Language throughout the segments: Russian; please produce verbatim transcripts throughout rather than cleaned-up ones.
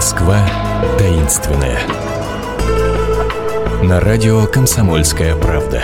Москва таинственная. На радио «Комсомольская правда».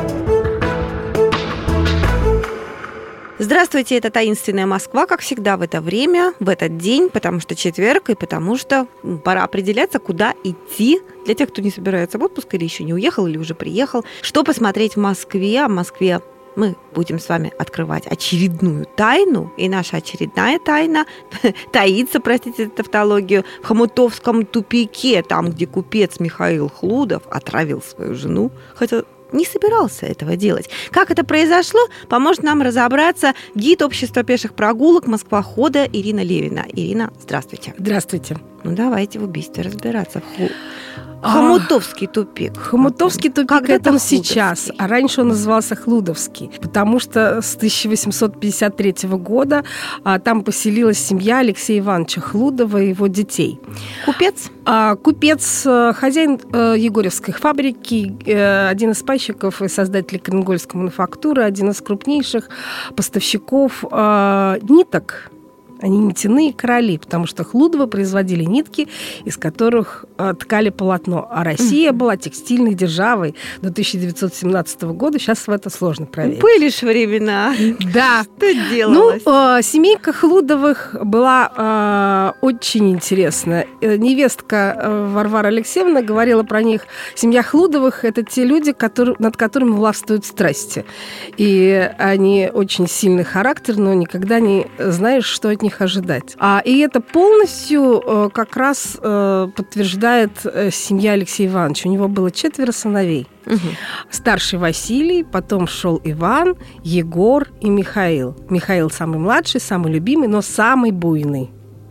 Здравствуйте, это «Таинственная Москва», как всегда в это время, в этот день, потому что четверг, и потому что пора определяться, куда идти для тех, кто не собирается в отпуск или еще не уехал, или уже приехал. Что посмотреть в Москве? А в Москве мы будем с вами открывать очередную тайну, и наша очередная тайна таится, простите за тавтологию, в Хомутовском тупике, там, где купец Михаил Хлудов отравил свою жену, хотя не собирался этого делать. Как это произошло, поможет нам разобраться гид общества пеших прогулок «Москвахода» Ирина Левина. Ирина, здравствуйте. Здравствуйте. Ну, давайте в убийстве разбираться. Ху... Хомутовский тупик. Хомутовский тупик Когда-то это он Хлудовский. сейчас, а раньше он назывался Хлудовский, потому что с тысяча восемьсот пятьдесят третьего года а, там поселилась семья Алексея Ивановича Хлудова и его детей. Купец? А, купец, хозяин э, Егорьевской фабрики, э, один из пайщиков и создатель Кренгольской мануфактуры, один из крупнейших поставщиков э, ниток. Они нитяные короли, потому что Хлудовы производили нитки, из которых э, ткали полотно. А Россия mm-hmm. была текстильной державой до тысяча девятьсот семнадцатого года. Сейчас в это сложно проверить. Были ж времена. Да. Что делалось? Ну, э, семейка Хлудовых была э, очень интересная. Невестка э, Варвара Алексеевна говорила про них. Семья Хлудовых – это те люди, которые, над которыми властвуют страсти. И они очень сильный характер, но никогда не знаешь, что от них ожидать. А, и это полностью э, как раз э, подтверждает э, семья Алексея Ивановича. У него было четверо сыновей. Угу. Старший Василий, потом шел Иван, Егор и Михаил. Михаил самый младший, самый любимый, но самый буйный.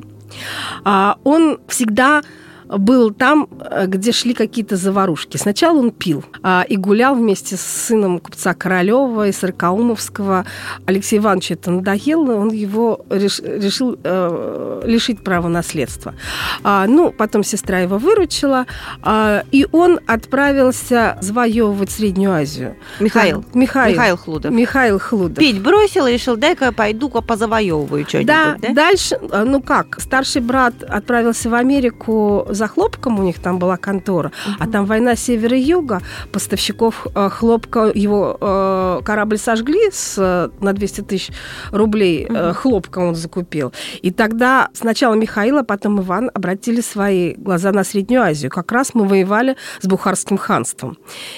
А, он всегда был там, где шли какие-то заварушки. Сначала он пил а, и гулял вместе с сыном купца Королёва и Сорокаумовского. Алексею Ивановичу это надоело, он его реш, решил э, лишить права наследства. А, ну, потом сестра его выручила, а, и он отправился завоевывать Среднюю Азию. Михаил. А, Михаил. Михаил Хлудов. Михаил Хлудов. Пить бросил и решил, дай-ка пойду-ка позавоевываю что-нибудь. Да, да, дальше, ну как, старший брат отправился в Америку за хлопком, у них там была контора, uh-huh. а там война севера и юга, поставщиков э, хлопка, его э, корабль сожгли с, э, на двести тысяч рублей, э, uh-huh. хлопка он закупил. И тогда сначала Михаил, а потом Иван обратили свои глаза на Среднюю Азию. Как раз мы воевали с Бухарским ханством.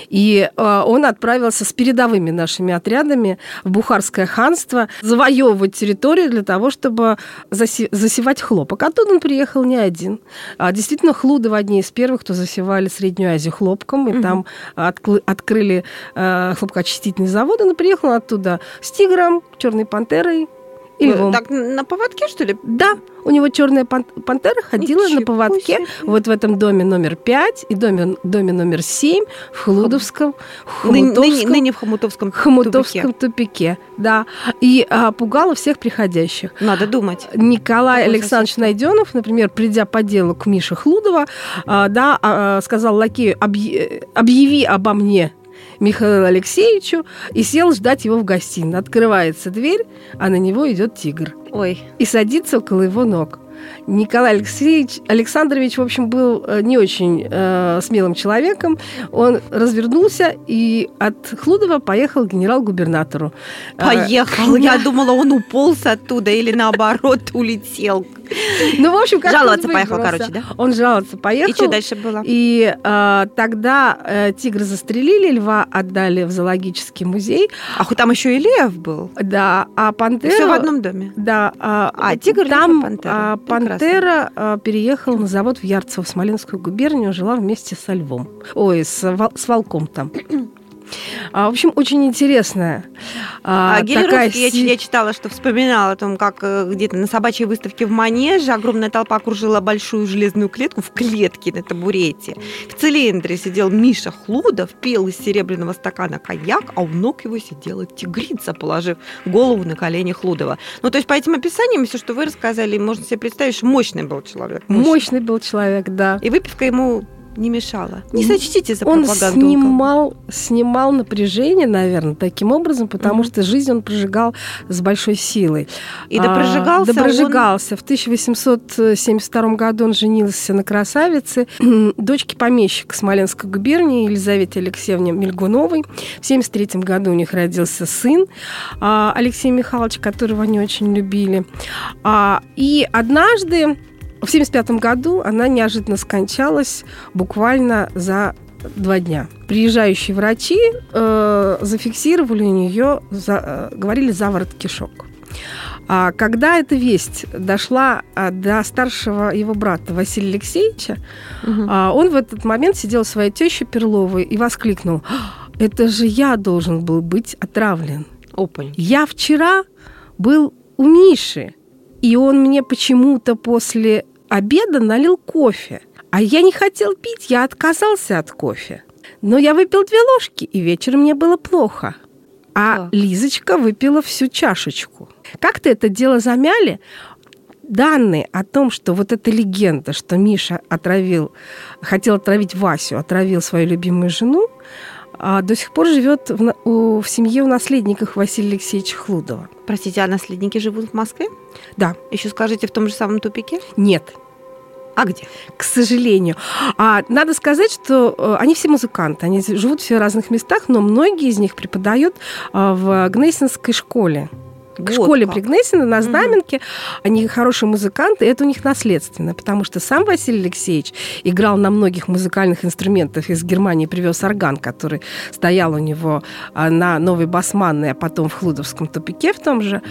И э, он отправился с передовыми нашими отрядами в Бухарское ханство завоевывать территорию для того, чтобы засе- засевать хлопок. Оттуда он приехал не один. А, действительно, Хлудовы одни из первых, кто засевали Среднюю Азию хлопком, и угу. там откры- открыли э, хлопкоочистительные заводы. Он приехал оттуда с тигром, черной пантерой и львом. Так на поводке, что ли? Да, у него черная пан- пантера ходила Ничего на поводке себе. Вот в этом доме номер пять и доме, доме номер семь в Хлудовском, Хомутовском, ныне, ныне в Хомутовском, Хомутовском тупике. тупике. Да, и а, пугало всех приходящих. Надо думать. Николай Какой Александрович засад? Найденов, например, придя по делу к Мише Хлудова, а, да, а, сказал лакею, объ... объяви обо мне Михаилу Алексеевичу, и сел ждать его в гостиной. Открывается дверь, а на него идет тигр. Ой. И садится около его ног. Николай Алексеевич, Александрович, в общем, был не очень э, смелым человеком. Он развернулся и от Хлудова поехал к генерал-губернатору. Поехал? Я думала, он уполз оттуда или, наоборот, улетел. Ну, в общем, как жаловаться поехал, короче, да? Он жаловаться поехал. И что дальше было? И э, тогда э, тигра застрелили, льва отдали в зоологический музей. Ах, там еще и лев был. Да, а пантера... Все в одном доме. Да. А, а тигр, там, лев, пантера. А, пантера а, переехала на завод в Ярцево, в Смоленскую губернию, жила вместе со львом. Ой, с, с волком там. А, в общем, очень интересная а, а, такая... Я, я читала, что вспоминала о том, как где-то на собачьей выставке в Манеже огромная толпа окружила большую железную клетку в клетке на табурете. В цилиндре сидел Миша Хлудов, пил из серебряного стакана коньяк, а у ног его сидела тигрица, положив голову на колени Хлудова. Ну, то есть по этим описаниям, все, что вы рассказали, можно себе представить, что мощный был человек. Мощный, мощный был человек, да. И выпивка ему не мешало. Не сочтите за он пропаганду. Он снимал, снимал напряжение, наверное, таким образом, потому mm-hmm. что жизнь он прожигал с большой силой. И допрожигался? А, допрожигался. Он... В тысяча восемьсот семьдесят втором году он женился на красавице, дочке помещика Смоленской губернии Елизавете Алексеевне Мельгуновой. В семьдесят третьем году у них родился сын Алексей Михайлович, которого они очень любили. И однажды в семьдесят пятом году она неожиданно скончалась буквально за два дня. Приезжающие врачи э, зафиксировали у нее, за, э, говорили, заворот кишок. А когда эта весть дошла до старшего его брата Василия Алексеевича, угу. он в этот момент сидел у своей тещи Перловой и воскликнул: «Это же я должен был быть отравлен. Опань. Я вчера был у Миши, и он мне почему-то после обеда налил кофе. А я не хотел пить, я отказался от кофе. Но я выпил две ложки, и вечером мне было плохо. А Лизочка выпила всю чашечку». Как-то это дело замяли. Данные о том, что вот эта легенда, что Миша отравил, хотел отравить Васю, отравил свою любимую жену, до сих пор живет в, в семье у наследников Василия Алексеевича Хлудова. Простите, а наследники живут в Москве? Да. Еще скажите, в том же самом тупике? Нет. А где? К сожалению. А, надо сказать, что а, они все музыканты, они живут все в разных местах, но многие из них преподают а, в Гнесинской школе. К вот школе как. При Гнесино на Знаменке. Угу. Они хорошие музыканты, и это у них наследственно, потому что сам Василий Алексеевич играл на многих музыкальных инструментах. Из Германии привез орган, который стоял у него на Новой Басманной, а потом в Хлудовском тупике в том же.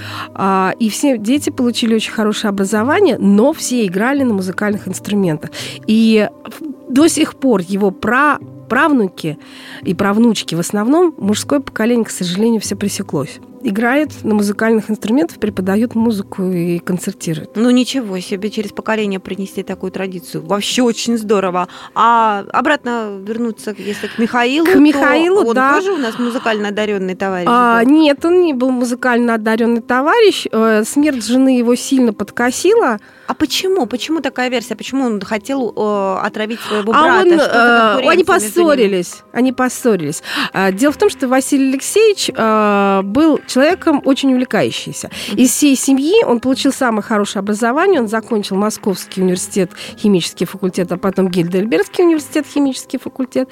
И все дети получили очень хорошее образование, но все играли на музыкальных инструментах. И до сих пор его пра правнуки и правнучки, в основном мужское поколение, к сожалению, все пресеклось. Играют на музыкальных инструментах, преподают музыку и концертируют. Ну ничего себе, через поколение принести такую традицию. Вообще очень здорово. А обратно вернуться, если к Михаилу, к Михаилу, то он да. тоже у нас музыкально одаренный товарищ? А, нет, он не был музыкально одаренный товарищ. Смерть жены его сильно подкосила. А почему? Почему такая версия? Почему он хотел э, отравить своего а брата? Он, э, они поссорились. Они поссорились. Дело в том, что Василий Алексеевич э, был человеком очень увлекающийся. Из всей семьи он получил самое хорошее образование. Он закончил Московский университет, химический факультет, а потом Гейдельбергский университет, химический факультет.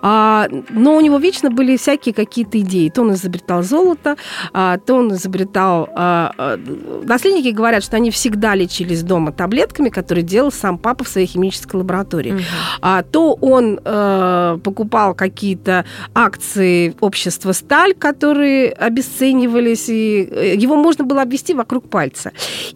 А, но у него вечно были всякие какие-то идеи. То он изобретал золото, а, то он изобретал... А, а, наследники говорят, что они всегда лечились дома таблетками, которые делал сам папа в своей химической лаборатории. Uh-huh. А, то он э, покупал какие-то акции общества «Сталь», которые обесценивались, и его можно было обвести вокруг пальца.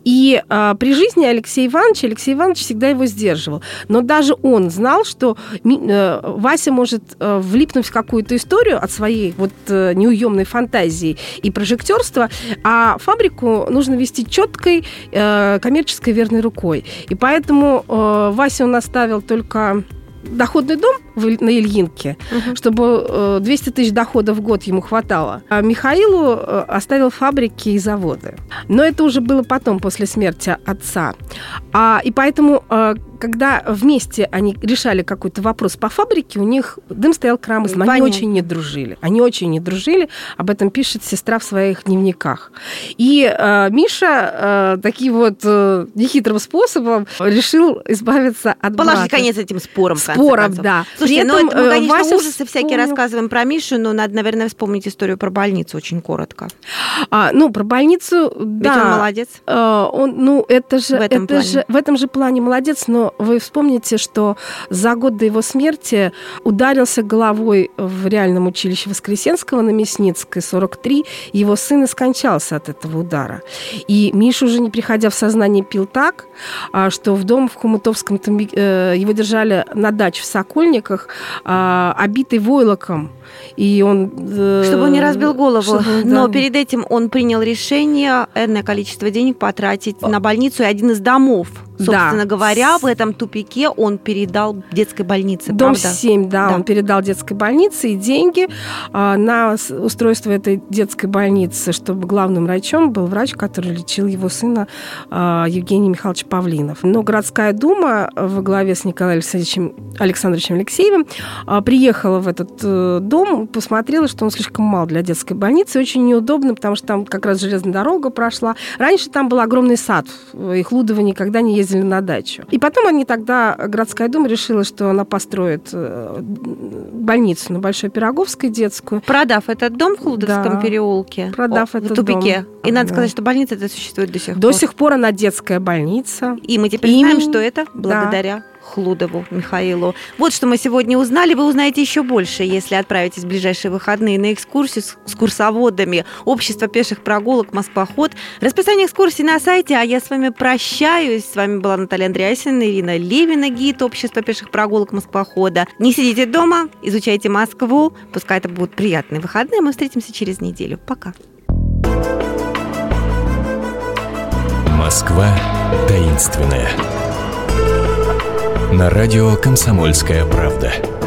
И э, при жизни Алексея Ивановича Алексей Иванович всегда его сдерживал. Но даже он знал, что э, Вася может э, влипнуть в какую-то историю от своей вот э, неуемной фантазии и прожектерства, а фабрику нужно вести четкой э, коммерческой верной рукой. И поэтому э, Вася он оставил только доходный дом на Ильинке, uh-huh. чтобы двести тысяч доходов в год ему хватало. А Михаилу оставил фабрики и заводы. Но это уже было потом, после смерти отца. А, и поэтому, когда вместе они решали какой-то вопрос по фабрике, у них дым стоял коромыслом. Они очень не дружили. Они очень не дружили. Об этом пишет сестра в своих дневниках. И э, Миша э, таким вот э, нехитрым способом решил избавиться от брата. Положить конец этим спорам. Споров, да. Слушайте, ну мы, конечно, Вася ужасы всякие вспомнил. Рассказываем про Мишу, но надо, наверное, вспомнить историю про больницу очень коротко. А, ну, про больницу, Ведь да. он молодец. А, он, ну, это же, в, этом это же, в этом же плане молодец, но вы вспомните, что за год до его смерти ударился головой в реальном училище Воскресенского на Мясницкой, сорок три, его сын и скончался от этого удара. И Миша, уже не приходя в сознание, пил так, что в дом в Хомутовском его держали на даче в Сокольниках, обитый войлоком. И он, чтобы он не разбил голову. Чтобы, Но да. перед этим он принял решение энное количество денег потратить на больницу, и один из домов собственно Да. говоря, в этом тупике он передал детской больнице, Дом правда? семь, да, Да. он передал детской больнице и деньги а, на с- устройство этой детской больницы, чтобы главным врачом был врач, который лечил его сына а, Евгений Михайлович Павлинов. Но городская дума во главе с Николаем Александровичем, Александровичем Алексеевым а, приехала в этот э, дом, посмотрела, что он слишком мал для детской больницы, очень неудобно, потому что там как раз железная дорога прошла. Раньше там был огромный сад, и Хлудовы никогда не ездили на дачу. И потом они тогда, городская дума решила, что она построит э, больницу на Большой Пироговской детскую. Продав этот дом в Хлудовском Да. переулке, Продав о, этот в тупике. дом. И надо Да. сказать, что больница эта существует до сих До пор. сих пор она детская больница. И мы теперь Именно- знаем, что это благодаря Хлудову Михаилу. Вот что мы сегодня узнали. Вы узнаете еще больше, если отправитесь в ближайшие выходные на экскурсию с, с курсоводами Общества пеших прогулок «Москвоход». Расписание экскурсий на сайте, а я с вами прощаюсь. С вами была Наталья Андреасина, Ирина Левина, гид Общества пеших прогулок «Москвохода». Не сидите дома, изучайте Москву. Пускай это будут приятные выходные. Мы встретимся через неделю. Пока. Москва таинственная. На радио «Комсомольская правда».